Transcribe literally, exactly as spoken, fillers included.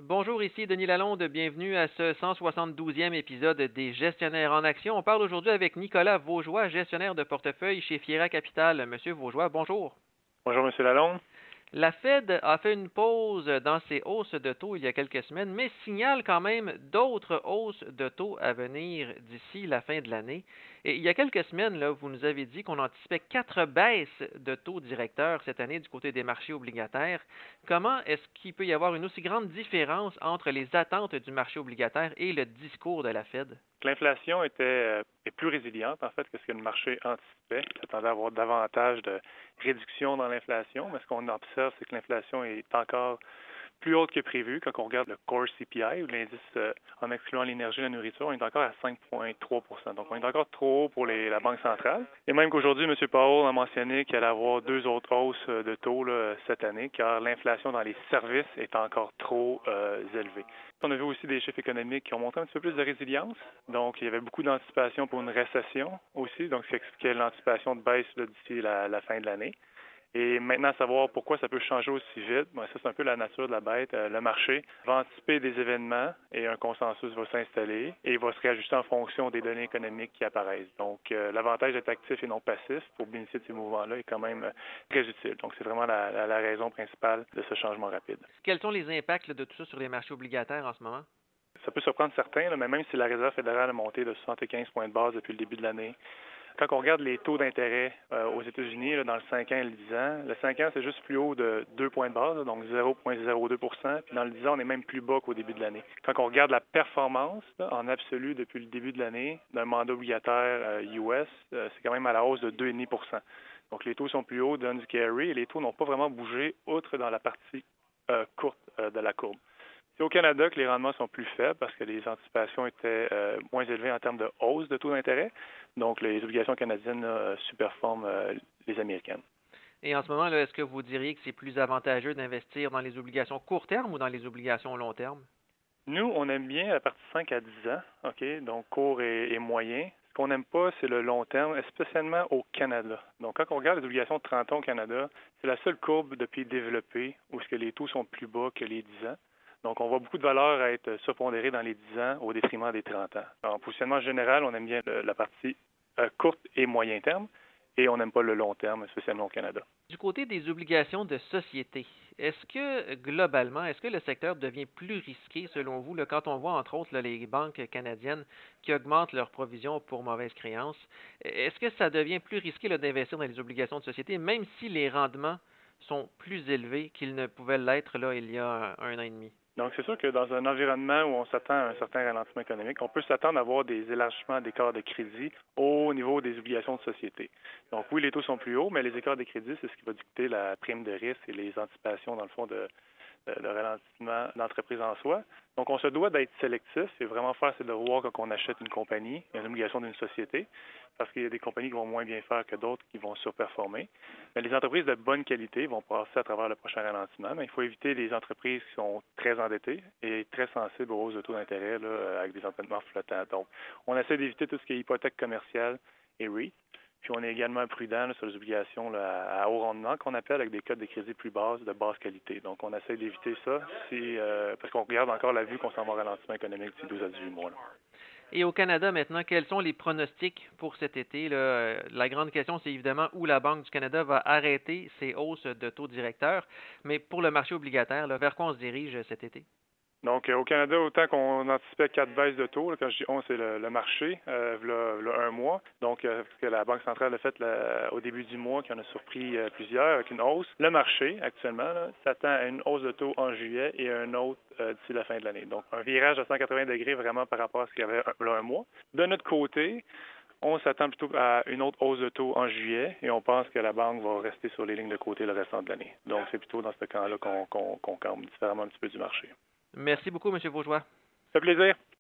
Bonjour, ici Denis Lalonde. Bienvenue à ce cent soixante-douzième épisode des Gestionnaires en action. On parle aujourd'hui avec Nicolas Vaugeois, gestionnaire de portefeuille chez Fiera Capital. Monsieur Vaugeois, bonjour. Bonjour, Monsieur Lalonde. La Fed a fait une pause dans ses hausses de taux il y a quelques semaines, mais signale quand même d'autres hausses de taux à venir d'ici la fin de l'année. Et il y a quelques semaines, là, vous nous avez dit qu'on anticipait quatre baisses de taux directeurs cette année du côté des marchés obligataires. Comment est-ce qu'il peut y avoir une aussi grande différence entre les attentes du marché obligataire et le discours de la Fed? L'inflation était euh, est plus résiliente en fait que ce que le marché anticipait. Il s'attendait à avoir davantage de réduction dans l'inflation, mais ce qu'on observe, c'est que l'inflation est encore plus haute que prévu. Quand on regarde le Core C P I, ou l'indice euh, en excluant l'énergie et la nourriture, on est encore à cinq virgule trois pour cent. Donc, on est encore trop haut pour les, la Banque centrale. Et même qu'aujourd'hui, M. Powell a mentionné qu'il allait avoir deux autres hausses de taux là, cette année, car l'inflation dans les services est encore trop euh, élevée. On a vu aussi des chiffres économiques qui ont montré un petit peu plus de résilience. Donc, il y avait beaucoup d'anticipation pour une récession aussi, donc ce qui expliquait l'anticipation de baisse là, d'ici la, la fin de l'année. Et maintenant, savoir pourquoi ça peut changer aussi vite, ben, ça c'est un peu la nature de la bête. Euh, le marché va anticiper des événements et un consensus va s'installer et il va se réajuster en fonction des données économiques qui apparaissent. Donc, euh, l'avantage d'être actif et non passif pour bénéficier de ces mouvements-là est quand même euh, très utile. Donc, c'est vraiment la, la, la raison principale de ce changement rapide. Quels sont les impacts là, de tout ça sur les marchés obligataires en ce moment? Ça peut surprendre certains, là, mais même si la Réserve fédérale a monté de soixante-quinze points de base depuis le début de l'année, quand on regarde les taux d'intérêt euh, aux États-Unis, là, dans le cinq ans et le dix ans, le cinq ans, c'est juste plus haut de deux points de base, là, donc zéro virgule zéro deux pour cent, puis dans le dix ans, on est même plus bas qu'au début de l'année. Quand on regarde la performance là, en absolu depuis le début de l'année d'un mandat obligataire euh, U S, euh, c'est quand même à la hausse de deux virgule cinq pour cent. Donc les taux sont plus hauts, donnent du carry, et les taux n'ont pas vraiment bougé, outre dans la partie euh, courte euh, de la courbe. C'est au Canada que les rendements sont plus faibles parce que les anticipations étaient euh, moins élevées en termes de hausse de taux d'intérêt. Donc, les obligations canadiennes là, superforment euh, les américaines. Et en ce moment, là, est-ce que vous diriez que c'est plus avantageux d'investir dans les obligations court terme ou dans les obligations long terme? Nous, on aime bien la partie cinq à dix ans, OK, donc court et, et moyen. Ce qu'on n'aime pas, c'est le long terme, spécialement au Canada. Donc, quand on regarde les obligations de trente ans au Canada, c'est la seule courbe de pays développés où est-ce que les taux sont plus bas que les dix ans. Donc, on voit beaucoup de valeurs à être surpondérées dans les dix ans au détriment des trente ans. En positionnement général, on aime bien le, la partie euh, courte et moyen terme, et on n'aime pas le long terme, spécialement au Canada. Du côté des obligations de société, est-ce que globalement, est-ce que le secteur devient plus risqué selon vous, là, quand on voit entre autres là, les banques canadiennes qui augmentent leurs provisions pour mauvaises créances, est-ce que ça devient plus risqué là, d'investir dans les obligations de société, même si les rendements sont plus élevés qu'ils ne pouvaient l'être là il y a un, un an et demi? Donc, c'est sûr que dans un environnement où on s'attend à un certain ralentissement économique, on peut s'attendre à avoir des élargissements d'écarts de crédit au niveau des obligations de société. Donc, oui, les taux sont plus hauts, mais les écarts de crédit, c'est ce qui va dicter la prime de risque et les anticipations, dans le fond, de, de, de ralentissement d'entreprise en soi. Donc, on se doit d'être sélectif et vraiment faire ses devoirs quand on achète une compagnie, une obligation d'une société, parce qu'il y a des compagnies qui vont moins bien faire que d'autres qui vont surperformer. Mais les entreprises de bonne qualité vont passer à travers le prochain ralentissement, mais il faut éviter les entreprises qui sont très endettées et très sensibles aux hausses de taux d'intérêt là, avec des endettements flottants. Donc, on essaie d'éviter tout ce qui est hypothèque commerciale et R E I T. Puis on est également prudent là, sur les obligations là, à haut rendement qu'on appelle avec des codes de crédit plus basses, de basse qualité. Donc on essaie d'éviter ça si, euh, parce qu'on regarde encore la vue qu'on s'en va au ralentissement économique d'ici douze à dix-huit mois. Là. Et au Canada maintenant, quels sont les pronostics pour cet été? Là? Euh, La grande question, c'est évidemment où la Banque du Canada va arrêter ses hausses de taux directeurs. Mais pour le marché obligataire, là, vers quoi on se dirige cet été? Donc, euh, au Canada, autant qu'on anticipait quatre baisses de taux, là, quand je dis on, c'est le, le marché, euh, là, là, un mois. Donc, euh, ce que la Banque centrale a fait là, au début du mois, qui en a surpris euh, plusieurs avec une hausse. Le marché, actuellement, là, s'attend à une hausse de taux en juillet et un autre euh, d'ici la fin de l'année. Donc, un virage à cent quatre-vingts degrés vraiment par rapport à ce qu'il y avait un, là, un mois. De notre côté, on s'attend plutôt à une autre hausse de taux en juillet et on pense que la banque va rester sur les lignes de côté le restant de l'année. Donc, c'est plutôt dans ce camp-là qu'on qu'on, qu'on campe différemment un petit peu du marché. Merci beaucoup, M. Vaugeois. Ça fait plaisir.